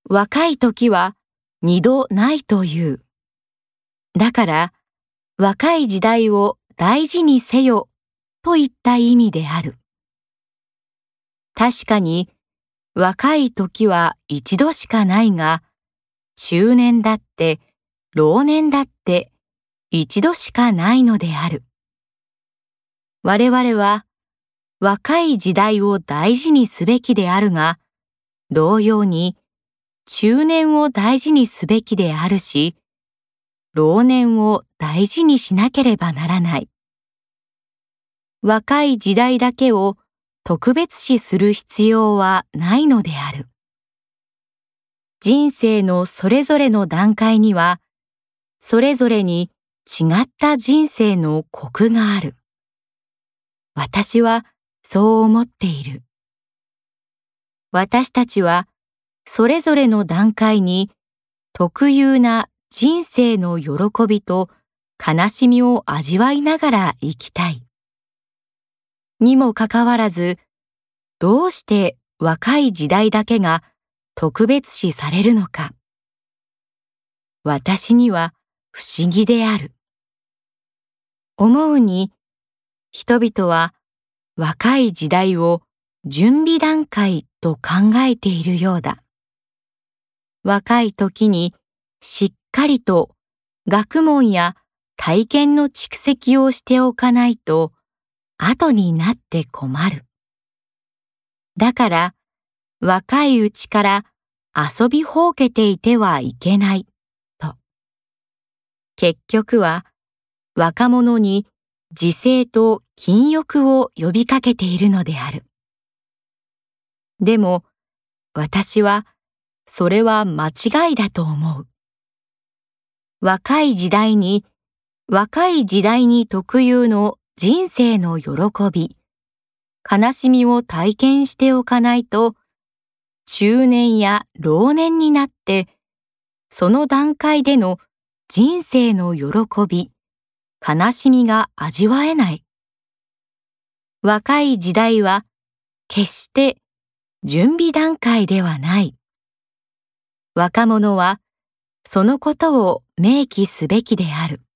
若い時は二度ないという。だから、若い時代を大事にせよといった意味である。確かに、若い時は一度しかないが、中年だって老年だって一度しかないのである。我々は若い時代を大事にすべきであるが、同様に中年を大事にすべきであるし、老年を大事にしなければならない。若い時代だけを特別視する必要はないのである。人生のそれぞれの段階には、それぞれに違った人生のコクがある。私はそう思っている。私たちはそれぞれの段階に特有な人生の喜びと悲しみを味わいながら生きたい。にもかかわらず、どうして若い時代だけが特別視されるのか。私には不思議である。思うに、人々は若い時代を準備段階と考えているようだ。若い時にしっかりと学問や体験の蓄積をしておかないと後になって困る。だから若いうちから遊びほうけていてはいけないと。結局は若者に自制と禁欲を呼びかけているのである。でも私はそれは間違いだと思う。若い時代に特有の人生の喜び、悲しみを体験しておかないと、中年や老年になって、その段階での人生の喜び、悲しみが味わえない。若い時代は決して準備段階ではない。若者はそのことを明記すべきである。